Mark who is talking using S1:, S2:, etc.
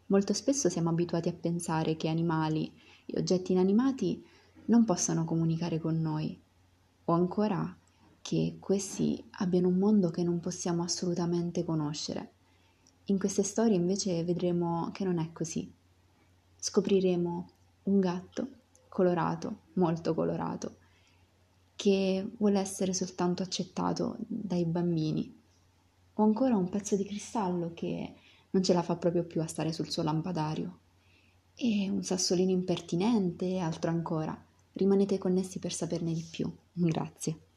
S1: Molto spesso siamo abituati a pensare che animali e oggetti inanimati non possano comunicare con noi, o ancora che questi abbiano un mondo che non possiamo assolutamente conoscere. In queste storie invece vedremo che non è così. Scopriremo un gatto colorato, molto colorato, che vuole essere soltanto accettato dai bambini, o ancora un pezzo di cristallo che non ce la fa proprio più a stare sul suo lampadario, e un sassolino impertinente e altro ancora. Rimanete connessi per saperne di più. Grazie.